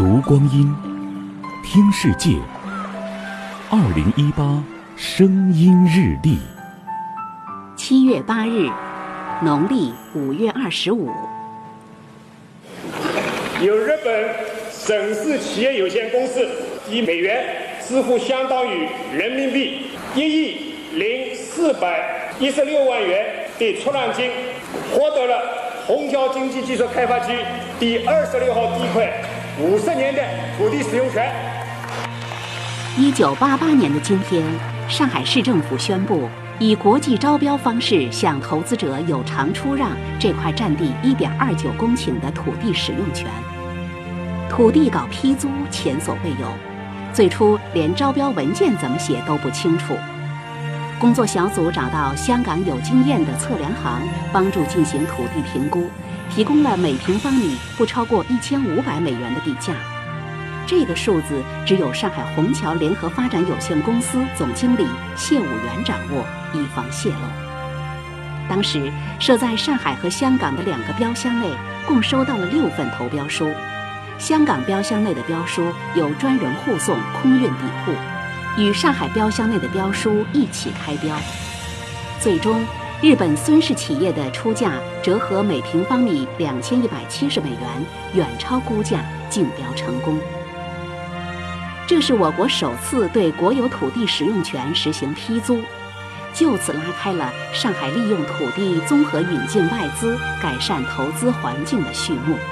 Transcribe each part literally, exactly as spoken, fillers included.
读光阴，听世界。二零一八声音日历， 七月八日，农历五月二十五。 由日本省市企业有限公司以美元支付相当于人民币一亿零四百一十六万元的出让金，获得了虹桥经济技术开发区第二十六号地块五十年的土地使用权。 一九八八年的今天，上海市政府宣布以国际招标方式向投资者有偿出让这块占地一点二九公顷的土地使用权。土地搞批租前所未有，最初连招标文件怎么写都不清楚。工作小组找到香港有经验的测量行，帮助进行土地评估，提供了每平方米不超过一千五百美元的地价。这个数字只有上海虹桥联合发展有限公司总经理谢武元掌握，以防泄露。当时设在上海和香港的两个标箱内，共收到了六份投标书。香港标箱内的标书由专人护送空运抵沪，与上海标箱内的标书一起开标。最终，日本孙氏企业的出价折合每平方米两千一百七十美元，远超估价，竞标成功。这是我国首次对国有土地使用权实行批租，就此拉开了上海利用土地综合引进外资、改善投资环境的序幕。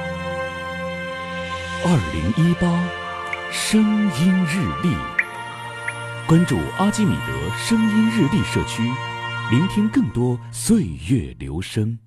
二零一八声音日历，关注阿基米德声音日历社区，聆听更多岁月流声。